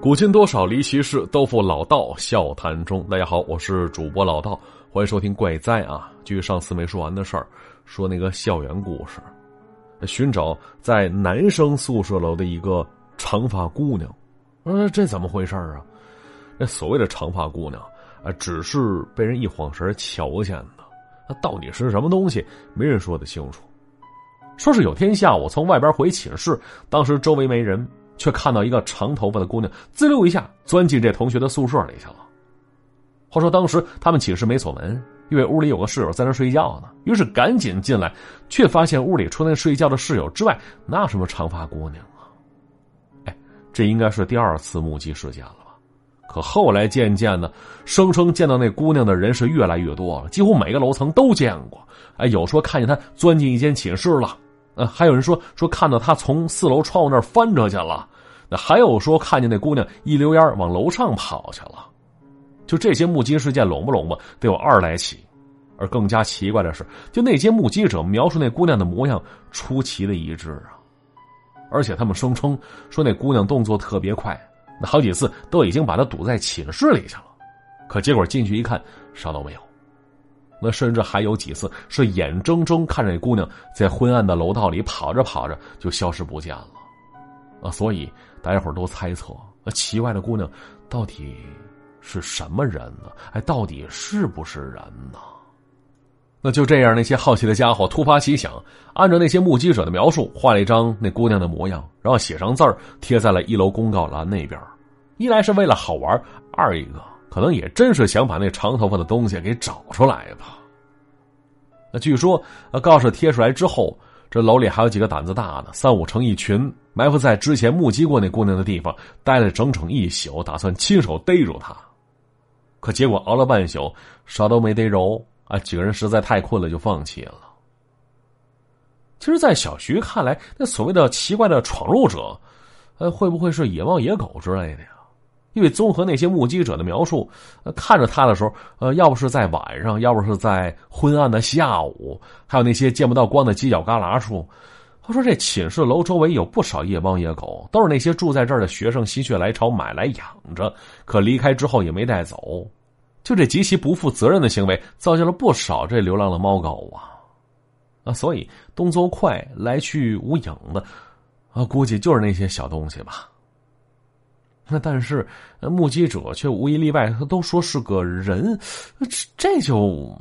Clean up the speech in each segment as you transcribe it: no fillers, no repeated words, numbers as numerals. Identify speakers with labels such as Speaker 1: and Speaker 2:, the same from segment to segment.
Speaker 1: 古今多少离奇事，都付老道笑谈中。大家好，我是主播老道，欢迎收听怪哉啊。继续上次没说完的事儿，说那个校园故事，寻找在男生宿舍楼的一个长发姑娘。这怎么回事啊？那所谓的长发姑娘只是被人一晃神瞧见的，那到底是什么东西，没人说得清楚。说是有天下午从外边回寝室，当时周围没人，却看到一个长头发的姑娘滋溜一下钻进这同学的宿舍里去了。话说当时他们寝室没锁门，因为屋里有个室友在那睡觉呢，于是赶紧进来，却发现屋里除了睡觉的室友之外，哪有什么长发姑娘啊？这应该是第二次目击事件了吧？可后来渐渐的，声称见到那姑娘的人是越来越多了，几乎每个楼层都见过。有说看见她钻进一间寝室了，还有人说看到她从4楼窗户那儿翻着去了，还有说看见那姑娘一溜烟往楼上跑去了。就这些目击事件拢不拢吧，得有20来起。而更加奇怪的是，就那些目击者描述那姑娘的模样出奇的一致啊。而且他们声称说那姑娘动作特别快，那好几次都已经把她堵在寝室里去了，可结果进去一看啥都没有。那甚至还有几次是眼睁睁看着那姑娘在昏暗的楼道里跑着跑着就消失不见了。所以大家伙都猜测，奇怪的姑娘到底是什么人呢？到底是不是人呢？那就这样，那些好奇的家伙突发奇想，按照那些目击者的描述画了一张那姑娘的模样，然后写上字儿贴在了1楼公告栏那边。一来是为了好玩，二一个可能也真是想把那长头发的东西给找出来吧。那据说告示贴出来之后，这楼里还有几个胆子大的3、5成一群，埋伏在之前目击过那姑娘的地方，待了整整一宿，打算亲手逮住她。可结果熬了半宿，啥都没逮着。几个人实在太困了，就放弃了。其实在小徐看来，那所谓的奇怪的闯入者会不会是野猫野狗之类的呀？因为综合那些目击者的描述，看着他的时候要不是在晚上，要不是在昏暗的下午，还有那些见不到光的犄角旮旯处，我说这寝室楼周围有不少野猫野狗，都是那些住在这儿的学生心血来潮买来养着，可离开之后也没带走。就这极其不负责任的行为，造就了不少这流浪的猫狗所以动作快、来去无影的估计就是那些小东西吧。但是目击者却无一例外都说是个人，这就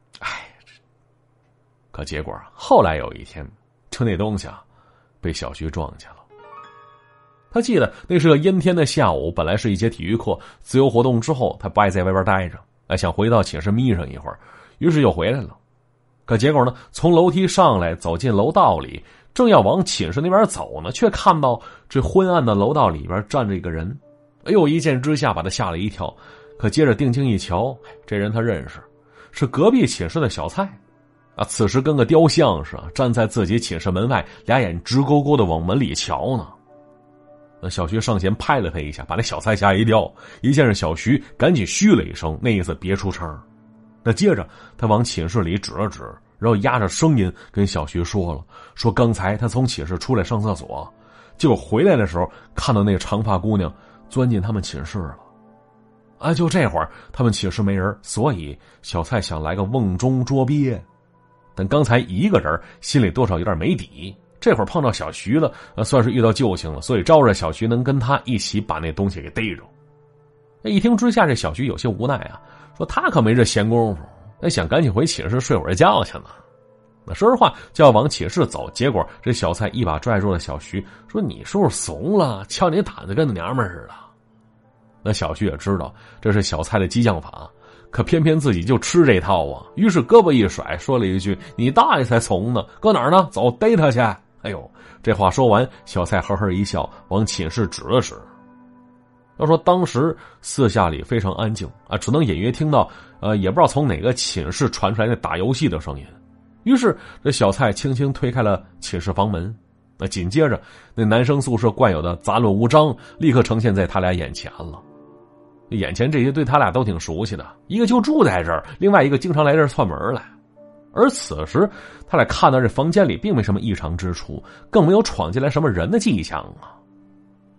Speaker 1: 可结果后来有一天，就那东西被小徐撞见了。他记得那是个阴天的下午，本来是一节体育课，自由活动之后，他不爱在外边待着，想回到寝室眯上一会儿，于是就回来了。可结果呢，从楼梯上来，走进楼道里，正要往寝室那边走呢，却看到这昏暗的楼道里边站着一个人。一见之下把他吓了一跳，可接着定睛一瞧，这人他认识，是隔壁寝室的小蔡此时跟个雕像似的站在自己寝室门外，俩眼直勾勾的往门里瞧呢。小徐上前拍了他一下，把那小蔡吓一跳，一见是小徐，赶紧嘘了一声，那意思别出声。接着他往寝室里指了指，然后压着声音跟小徐说刚才他从寝室出来上厕所，结果回来的时候看到那个长发姑娘钻进他们寝室了。就这会儿他们寝室没人，所以小蔡想来个瓮中捉鳖，但刚才一个人心里多少有点没底，这会儿碰到小徐了，算是遇到救星了，所以招着小徐能跟他一起把那东西给逮着。一听之下，这小徐有些无奈说他可没这闲工夫，想赶紧回寝室睡会儿觉去呢。说实话就要往寝室走，结果这小蔡一把拽住了小徐，说你是不是怂了？瞧你胆子跟那娘们似的。小徐也知道这是小蔡的激将法，可偏偏自己就吃这套于是胳膊一甩，说了一句：“你大爷才怂呢，搁哪儿呢？走，逮他去！”这话说完，小蔡呵呵一笑，往寝室指了指。要说当时四下里非常安静只能隐约听到也不知道从哪个寝室传出来那打游戏的声音。于是这小蔡轻轻推开了寝室房门，紧接着那男生宿舍惯有的杂乱无章立刻呈现在他俩眼前了。眼前这些对他俩都挺熟悉的，一个就住在这儿，另外一个经常来这儿串门来。而此时他俩看到这房间里并没什么异常之处，更没有闯进来什么人的迹象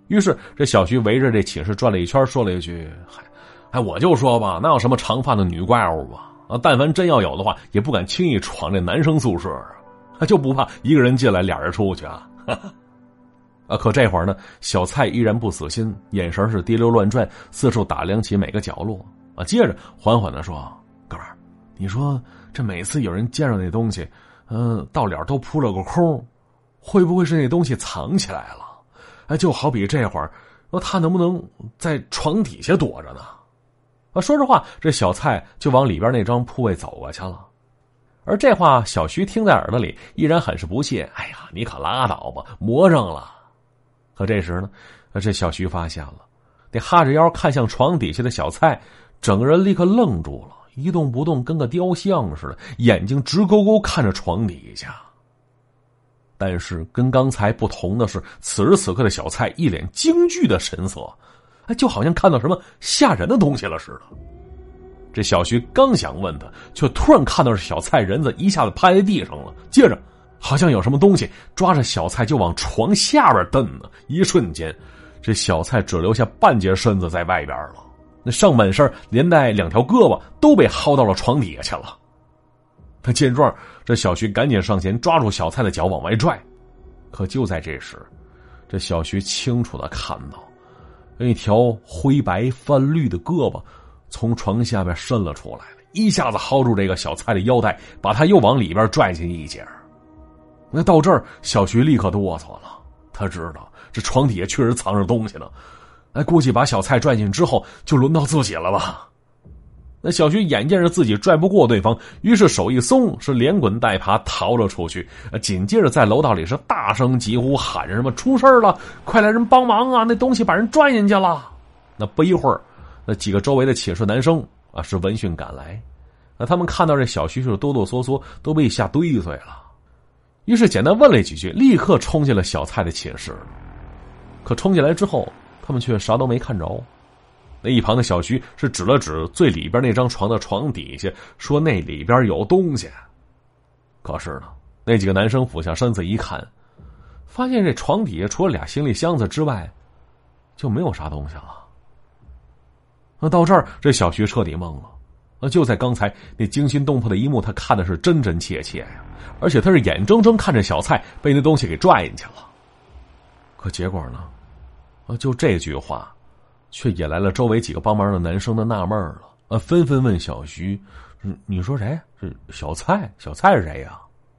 Speaker 1: 于是这小徐围着这寝室转了一圈，说了一句：“我就说吧，哪有什么长发的女怪物啊？但凡真要有的话，也不敢轻易闯这男生宿舍啊，就不怕一个人进来，俩人出去啊？”可这会儿呢，小蔡依然不死心，眼神是滴溜乱转，四处打量起每个角落啊。接着缓缓地说：“哥们儿，你说这每次有人见着那东西，到脸都扑了个空，会不会是那东西藏起来了？就好比这会儿，他能不能在床底下躲着呢？”说着话，这小蔡就往里边那张铺位走过去了。而这话小徐听在耳朵里，依然很是不屑：“哎呀，你可拉倒吧，魔怔了。”可这时呢，这小徐发现了，那哈着腰看向床底下的小蔡，整个人立刻愣住了，一动不动，跟个雕像似的，眼睛直勾勾看着床底下。但是跟刚才不同的是，此时此刻的小蔡一脸惊惧的神色，就好像看到什么吓人的东西了似的。这小徐刚想问他，却突然看到这小蔡人子一下子趴在地上了，接着好像有什么东西抓着小蔡就往床下边蹬呢。一瞬间，这小蔡只留下半截身子在外边了，那上半身连带两条胳膊都被薅到了床底下去了。他见状，这小徐赶紧上前抓住小蔡的脚往外拽。可就在这时，这小徐清楚地看到一条灰白泛绿的胳膊从床下边伸了出来，一下子薅住这个小蔡的腰带，把他又往里边拽进一截。那到这儿，小徐立刻哆嗦了，他知道这床底下确实藏着东西呢。估计把小蔡拽进之后，就轮到自己了吧。那小徐眼见着自己拽不过对方，于是手一松，是连滚带爬逃了出去。紧接着在楼道里是大声疾呼，喊着什么：“出事了，快来人帮忙啊，那东西把人拽进去了。”那不一会儿，那几个周围的寝室男生是闻讯赶来。他们看到这小徐是哆哆嗦嗦，都被吓堆碎了。于是简单问了几句，立刻冲进了小蔡的寝室。可冲进来之后，他们却啥都没看着。那一旁的小徐是指了指最里边那张床的床底下，说那里边有东西。可是呢，那几个男生俯下身子一看，发现这床底下除了俩行李箱子之外，就没有啥东西了。那到这儿，这小徐彻底懵了。就在刚才那惊心动魄的一幕，他看的是真真切切呀，而且他是眼睁睁看着小蔡被那东西给拽进去了。可结果呢，就这句话却引来了周围几个帮忙的男生的纳闷了，纷纷问小徐：“你说谁？是小蔡？小蔡是谁呀？”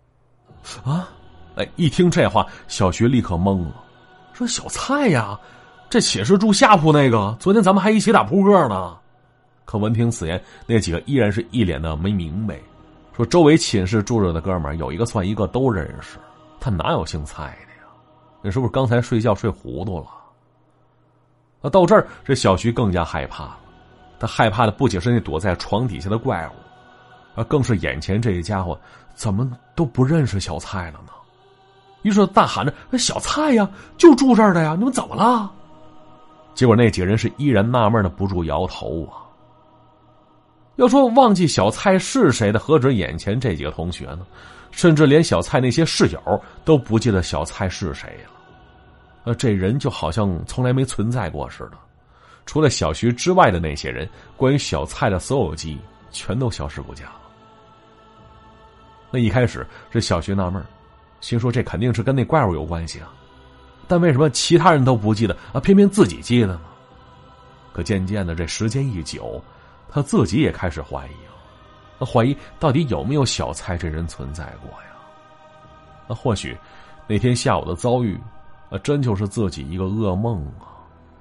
Speaker 1: 一听这话，小徐立刻懵了，说：“小蔡呀，这寝室住下铺那个，昨天咱们还一起打扑克呢。”可闻听此言，那几个依然是一脸的没明白，说周围寝室住着的哥们儿有一个算一个都认识，他哪有姓蔡的呀？你是不是刚才睡觉睡糊涂了？到这儿，这小徐更加害怕了。他害怕的不仅是那躲在床底下的怪物，更是眼前这家伙怎么都不认识小蔡了呢？于是大喊着：“小蔡呀，就住这儿的呀，你们怎么了？”结果那几个人是依然纳闷的不住摇头啊。要说忘记小蔡是谁的，何止眼前这几个同学呢？甚至连小蔡那些室友都不记得小蔡是谁了。这人就好像从来没存在过似的。除了小徐之外的那些人，关于小蔡的所有记忆全都消失不见了。那一开始这小徐纳闷，心说这肯定是跟那怪物有关系啊，但为什么其他人都不记得偏偏自己记得呢？可渐渐的这时间一久，他自己也开始怀疑怀疑到底有没有小蔡这人存在过呀？或许那天下午的遭遇真就是自己一个噩梦啊。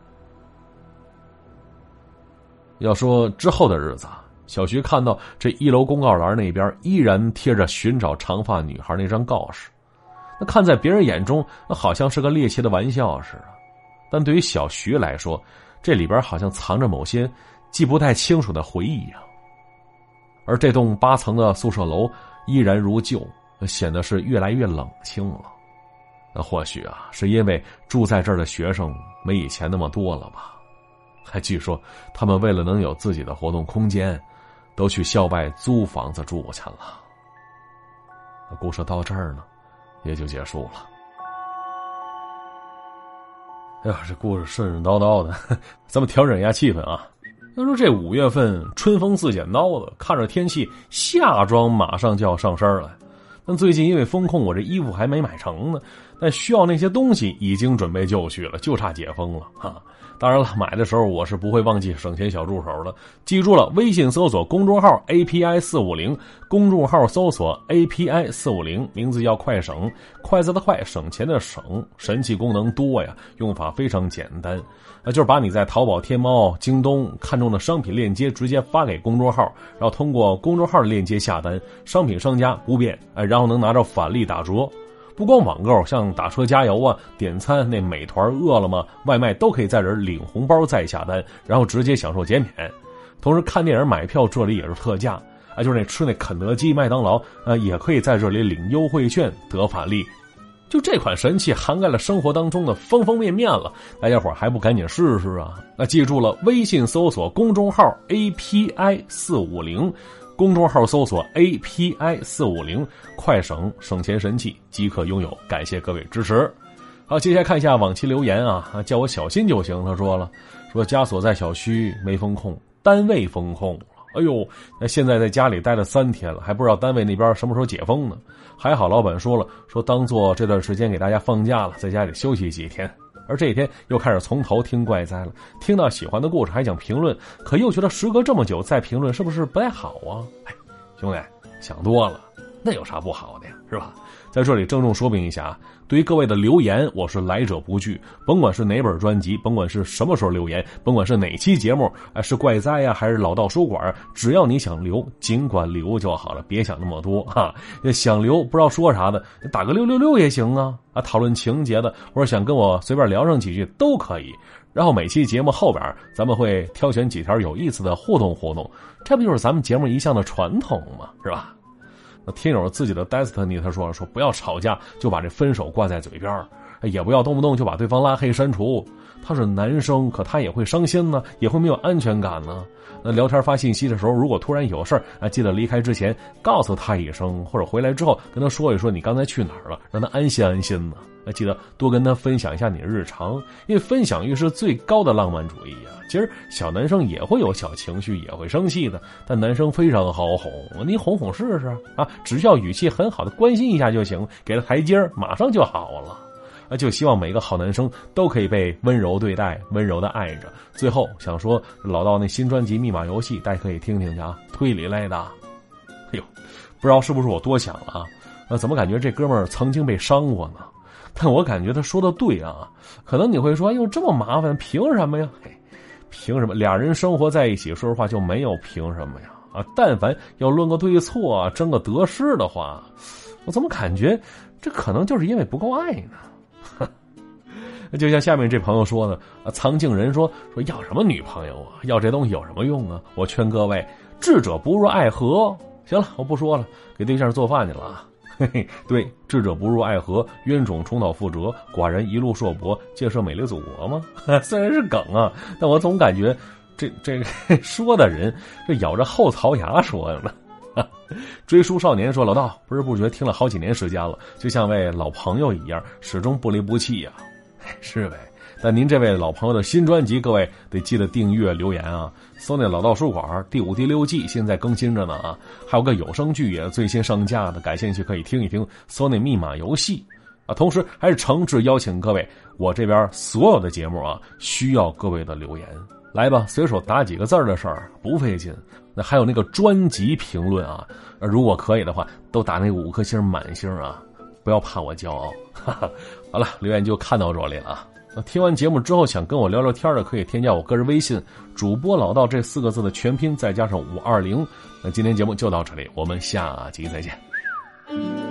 Speaker 1: 要说之后的日子，小徐看到这一楼公告栏那边依然贴着寻找长发女孩那张告示，那看在别人眼中好像是个猎奇的玩笑似的，但对于小徐来说，这里边好像藏着某些记不太清楚的回忆啊。而这栋8层的宿舍楼依然如旧，显得是越来越冷清了。那或许是因为住在这儿的学生没以前那么多了吧。还据说他们为了能有自己的活动空间，都去校外租房子住去了。故事到这儿呢，也就结束了。 哎呀，这故事顺顺叨叨的，咱们调整一下气氛啊。要说这5月份春风似剪刀的，看着天气，夏装马上就要上身了。但最近因为风控，我这衣服还没买成呢，但需要那些东西已经准备就绪了，就差解封了哈。当然了，买的时候我是不会忘记省钱小助手的，记住了，微信搜索公众号 API450， 公众号搜索 API450， 名字叫快省，快字的快，省钱的省，神奇功能多呀，用法非常简单，就是把你在淘宝、天猫、京东看中的商品链接直接发给公众号，然后通过公众号的链接下单，商品商家不变，然后能拿着返利打折。不光网购，像打车加油啊、点餐，那美团、饿了么、外卖都可以在这儿领红包再下单，然后直接享受减免。同时看电影买票这里也是特价，就是那吃那肯德基、麦当劳，也可以在这里领优惠券得返利。就这款神器涵盖了生活当中的方方面面了，大家伙还不赶紧试试啊？那记住了，微信搜索公众号 API450。公众号搜索 API450， 快省省钱神器即可拥有，感谢各位支持。好，接下来看一下往期留言啊，叫我小心就行。他说家所在小区没封控，单位封控了。哎呦，那现在在家里待了3天了，还不知道单位那边什么时候解封呢。还好老板说当做这段时间给大家放假了，在家里休息几天。而这一天又开始从头听怪哉了，听到喜欢的故事还讲评论，可又觉得时隔这么久再评论是不是不太好啊？兄弟想多了，那有啥不好的呀，是吧？在这里郑重说明一下，对于各位的留言我是来者不拒，甭管是哪本专辑，甭管是什么时候留言，甭管是哪期节目，是怪哉呀还是老道书馆，只要你想留尽管留就好了，别想那么多哈。想留不知道说啥的，打个666也行啊，讨论情节的，或者想跟我随便聊上几句都可以。然后每期节目后边咱们会挑选几条有意思的互动，这不就是咱们节目一向的传统吗？是吧？那听友自己的 Destiny 他说不要吵架就把这分手挂在嘴边，也不要动不动就把对方拉黑删除。他是男生，可他也会伤心呢，也会没有安全感呢。那聊天发信息的时候，如果突然有事儿，记得离开之前告诉他一声，或者回来之后跟他说一说你刚才去哪儿了，让他安心安心呢。记得多跟他分享一下你日常，因为分享欲是最高的浪漫主义啊。其实小男生也会有小情绪，也会生气的，但男生非常好哄，你哄哄试试啊，只需要语气很好的关心一下就行，给他台阶马上就好了。就希望每个好男生都可以被温柔对待，温柔的爱着。最后想说老道那新专辑《密码游戏》，大家可以听听去啊，推理类的。哎呦，不知道是不是我多想了啊？怎么感觉这哥们儿曾经被伤过呢？但我感觉他说的对啊。可能你会说，哎呦，这么麻烦，凭什么呀？凭什么？俩人生活在一起，说实话就没有凭什么呀？但凡要论个对错，争个得失的话，我怎么感觉这可能就是因为不够爱呢？就像下面这朋友说的，藏镜人说要什么女朋友啊？要这东西有什么用啊？我劝各位，智者不入爱河。行了，我不说了，给对象做饭去了啊。对，智者不入爱河，冤种重蹈覆辙，寡人一路硕博，建设美丽祖国吗？虽然是梗啊，但我总感觉这个说的人这咬着后槽牙说的呢。追书少年说，老道不知不觉听了好几年时间了，就像位老朋友一样，始终不离不弃呀。是呗，但您这位老朋友的新专辑，各位得记得订阅留言啊。搜那老道书馆第5、第6季现在更新着呢啊，还有个有声剧也最新上架的，感兴趣可以听一听。搜那密码游戏啊，同时还是诚挚邀请各位，我这边所有的节目啊，需要各位的留言。来吧，随手打几个字的事儿不费劲。那还有那个专辑评论啊，如果可以的话，都打那5颗星满星啊，不要怕我骄傲。好了，留言就看到这里了啊。听完节目之后想跟我聊聊天的，可以添加我个人微信主播老道这4个字的全拼再加上520。那今天节目就到这里，我们下集再见。